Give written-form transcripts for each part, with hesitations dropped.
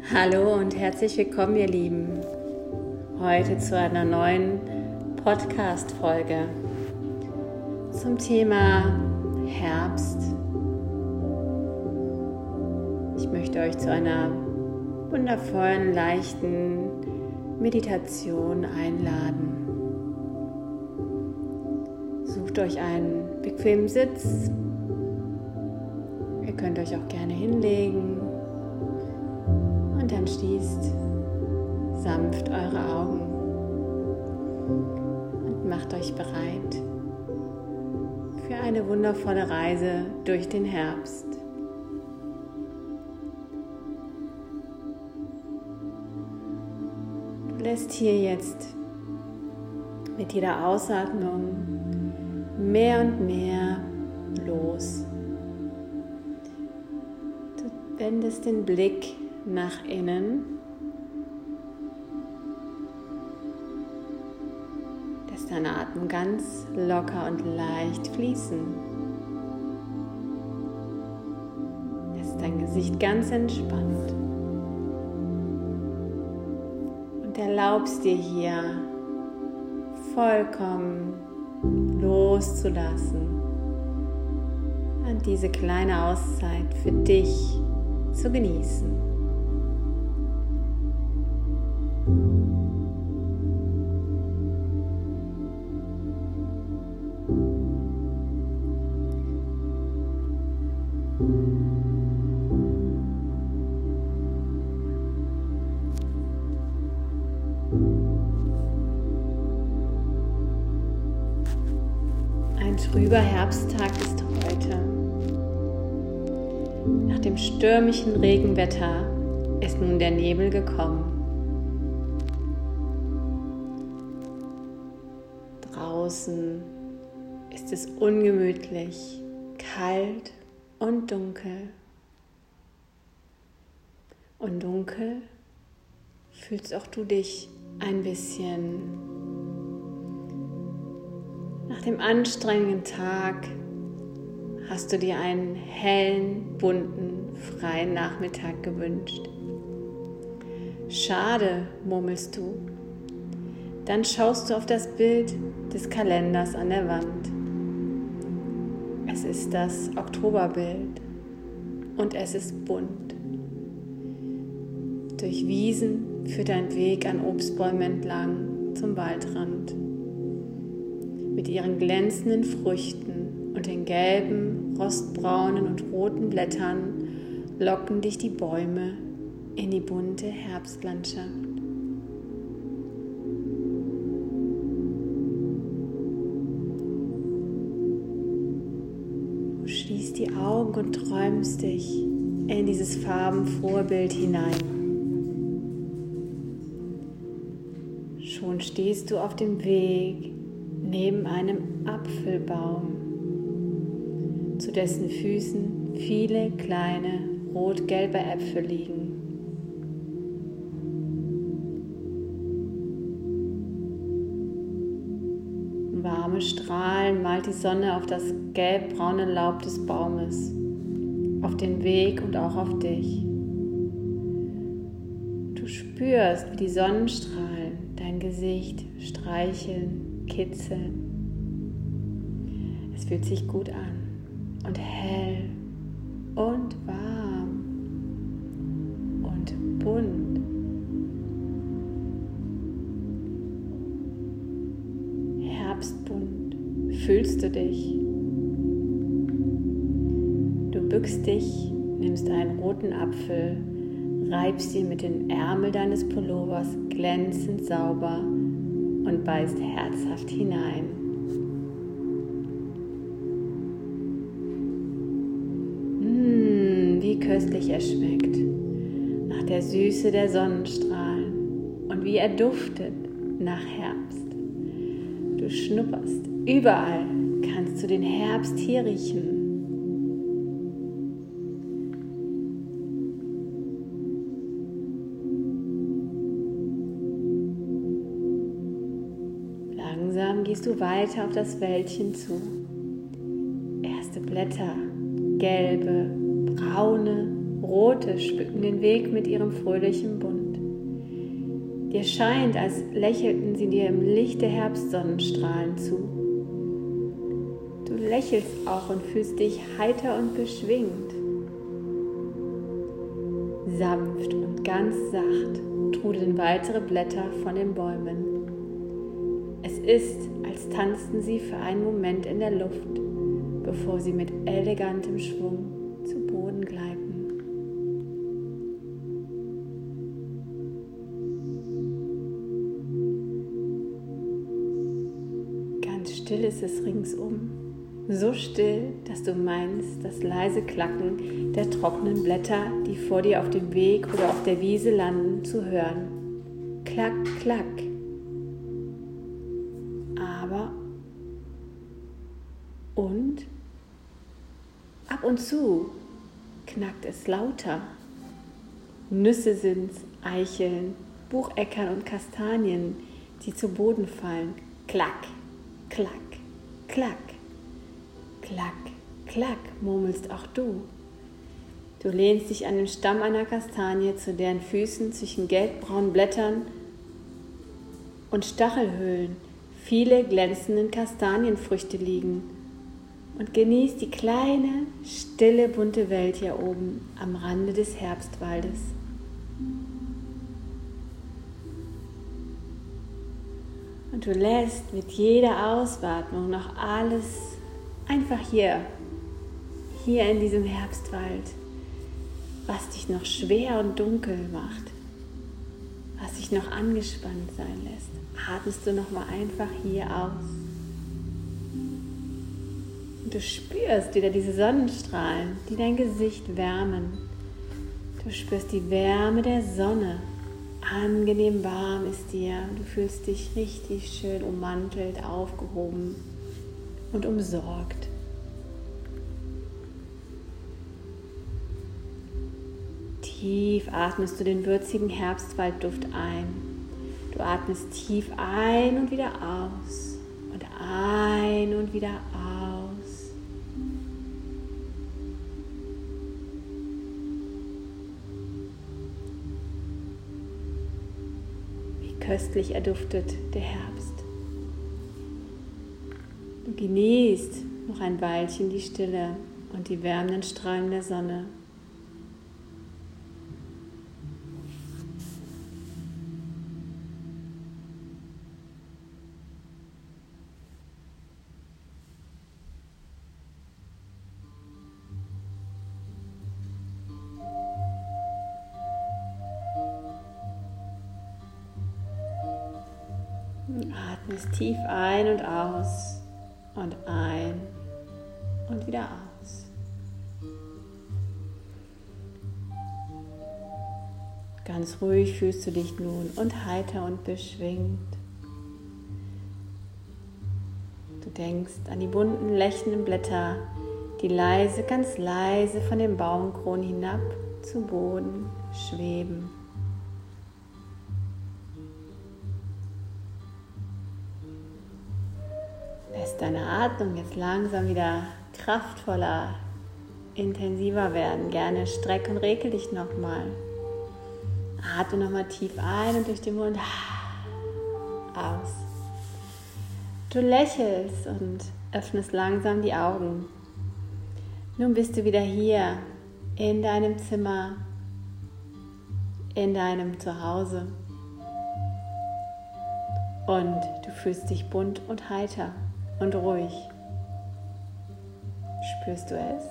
Hallo und herzlich willkommen, ihr Lieben, heute zu einer neuen Podcast-Folge zum Thema Herbst. Ich möchte euch zu einer wundervollen, leichten Meditation einladen. Sucht euch einen bequemen Sitz. Ihr könnt euch auch gerne hinlegen. Und dann schließt sanft eure Augen und macht euch bereit für eine wundervolle Reise durch den Herbst. Du lässt hier jetzt mit jeder Ausatmung mehr und mehr los. Du wendest den Blick nach innen, lässt deinen Atem ganz locker und leicht fließen, lässt dein Gesicht ganz entspannt und erlaubst dir hier vollkommen loszulassen und diese kleine Auszeit für dich zu genießen. Ein trüber Herbsttag ist heute. Nach dem stürmischen Regenwetter ist nun der Nebel gekommen. Draußen ist es ungemütlich, kalt und dunkel. Und dunkel fühlst auch du dich ein bisschen. Nach dem anstrengenden Tag hast du dir einen hellen, bunten, freien Nachmittag gewünscht. Schade, murmelst du. Dann schaust du auf das Bild des Kalenders an der Wand. Es ist das Oktoberbild und es ist bunt. Durch Wiesen führt dein Weg an Obstbäumen entlang zum Waldrand. Mit ihren glänzenden Früchten und den gelben, rostbraunen und roten Blättern locken dich die Bäume in die bunte Herbstlandschaft. Du schließt die Augen und träumst dich in dieses farbenfrohe Bild hinein. Schon stehst du auf dem Weg neben einem Apfelbaum, zu dessen Füßen viele kleine rot-gelbe Äpfel liegen. Warme Strahlen malt die Sonne auf das gelbbraune Laub des Baumes, auf den Weg und auch auf dich. Du spürst, wie die Sonnenstrahlen dein Gesicht streicheln, kitzeln. Es fühlt sich gut an und hell und warm und bunt. Herbstbunt fühlst du dich. Du bückst dich, nimmst einen roten Apfel, reibst ihn mit dem Ärmel deines Pullovers glänzend sauber und beißt herzhaft hinein. Wie köstlich er schmeckt, nach der Süße der Sonnenstrahlen und wie er duftet nach Herbst. Du schnupperst, überall kannst du den Herbst hier riechen. Langsam gehst du weiter auf das Wäldchen zu. Erste Blätter, gelbe, braune Rote schmücken den Weg mit ihrem fröhlichen Bunt. Dir scheint, als lächelten sie dir im Licht der Herbstsonnenstrahlen zu. Du lächelst auch und fühlst dich heiter und beschwingt. Sanft und ganz sacht trudeln weitere Blätter von den Bäumen. Es ist, als tanzten sie für einen Moment in der Luft, bevor sie mit elegantem Schwung zu Boden gleiten. Ganz still ist es ringsum, so still, dass du meinst, das leise Klacken der trockenen Blätter, die vor dir auf dem Weg oder auf der Wiese landen, zu hören. Klack, klack. Aber und ab und zu knackt es lauter. Nüsse sind's, Eicheln, Bucheckern und Kastanien, die zu Boden fallen. Klack, klack, klack. Klack, klack, murmelst auch du. Du lehnst dich an den Stamm einer Kastanie, zu deren Füßen zwischen gelbbraunen Blättern und Stachelhöhlen viele glänzende Kastanienfrüchte liegen und genießt die kleine, stille, bunte Welt hier oben am Rande des Herbstwaldes. Und du lässt mit jeder Ausatmung noch alles einfach hier in diesem Herbstwald, was dich noch schwer und dunkel macht, was dich noch angespannt sein lässt, atmest du nochmal einfach hier aus. Und du spürst wieder diese Sonnenstrahlen, die dein Gesicht wärmen. Du spürst die Wärme der Sonne. Angenehm warm ist dir. Du fühlst dich richtig schön ummantelt, aufgehoben und umsorgt. Tief atmest du den würzigen Herbstwaldduft ein. Du atmest tief ein und wieder aus und ein und wieder aus. Wie köstlich er duftet, der Herbst. Du genießt noch ein Weilchen die Stille und die wärmenden Strahlen der Sonne. Atmest tief ein und aus und ein und wieder aus. Ganz ruhig fühlst du dich nun und heiter und beschwingt. Du denkst an die bunten, lächelnden Blätter, die leise, ganz leise von den Baumkronen hinab zu Boden schweben. Lässt deine Atmung jetzt langsam wieder kraftvoller, intensiver werden. Gerne streck und regel dich nochmal. Atme nochmal tief ein und durch den Mund aus. Du lächelst und öffnest langsam die Augen. Nun bist du wieder hier in deinem Zimmer, in deinem Zuhause. Und du fühlst dich bunt und heiter und ruhig. Spürst du es?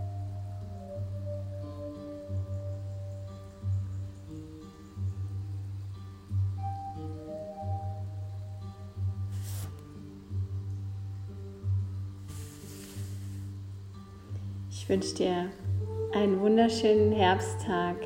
Ich wünsche dir einen wunderschönen Herbsttag.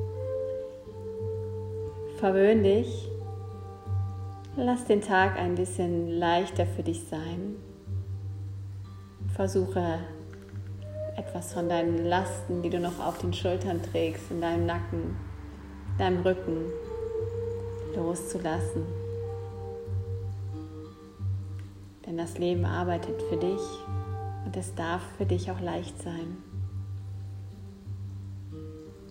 Verwöhn dich. Lass den Tag ein bisschen leichter für dich sein. Versuche etwas von deinen Lasten, die du noch auf den Schultern trägst, in deinem Nacken, deinem Rücken, loszulassen. Denn das Leben arbeitet für dich und es darf für dich auch leicht sein.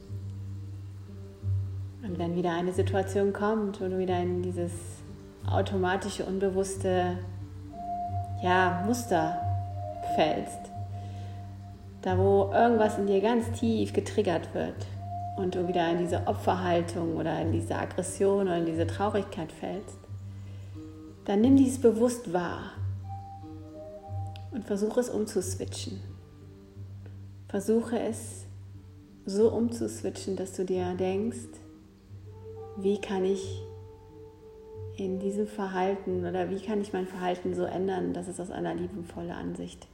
Und wenn wieder eine Situation kommt, wo du wieder in dieses automatische, unbewusste Muster fällst, da wo irgendwas in dir ganz tief getriggert wird und du wieder in diese Opferhaltung oder in diese Aggression oder in diese Traurigkeit fällst, dann nimm dies bewusst wahr und versuche es umzuswitchen. Versuche es so umzuswitchen, dass du dir denkst, wie kann ich in diesem Verhalten oder wie kann ich mein Verhalten so ändern, dass es aus einer liebevollen Ansicht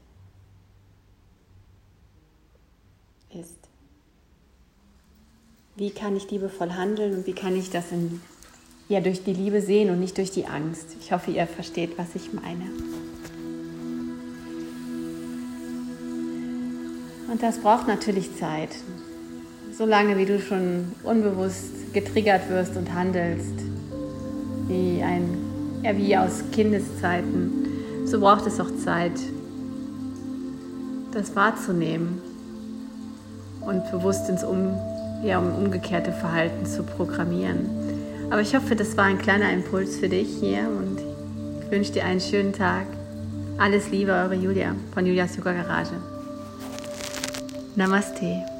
ist. Wie kann ich liebevoll handeln und wie kann ich das durch die Liebe sehen und nicht durch die Angst? Ich hoffe, ihr versteht, was ich meine. Und das braucht natürlich Zeit. Solange wie du schon unbewusst getriggert wirst und handelst, wie aus Kindeszeiten, so braucht es auch Zeit, das wahrzunehmen und bewusst um umgekehrte Verhalten zu programmieren. Aber ich hoffe, das war ein kleiner Impuls für dich hier und ich wünsche dir einen schönen Tag. Alles Liebe, eure Julia von Julias Yoga Garage. Namaste.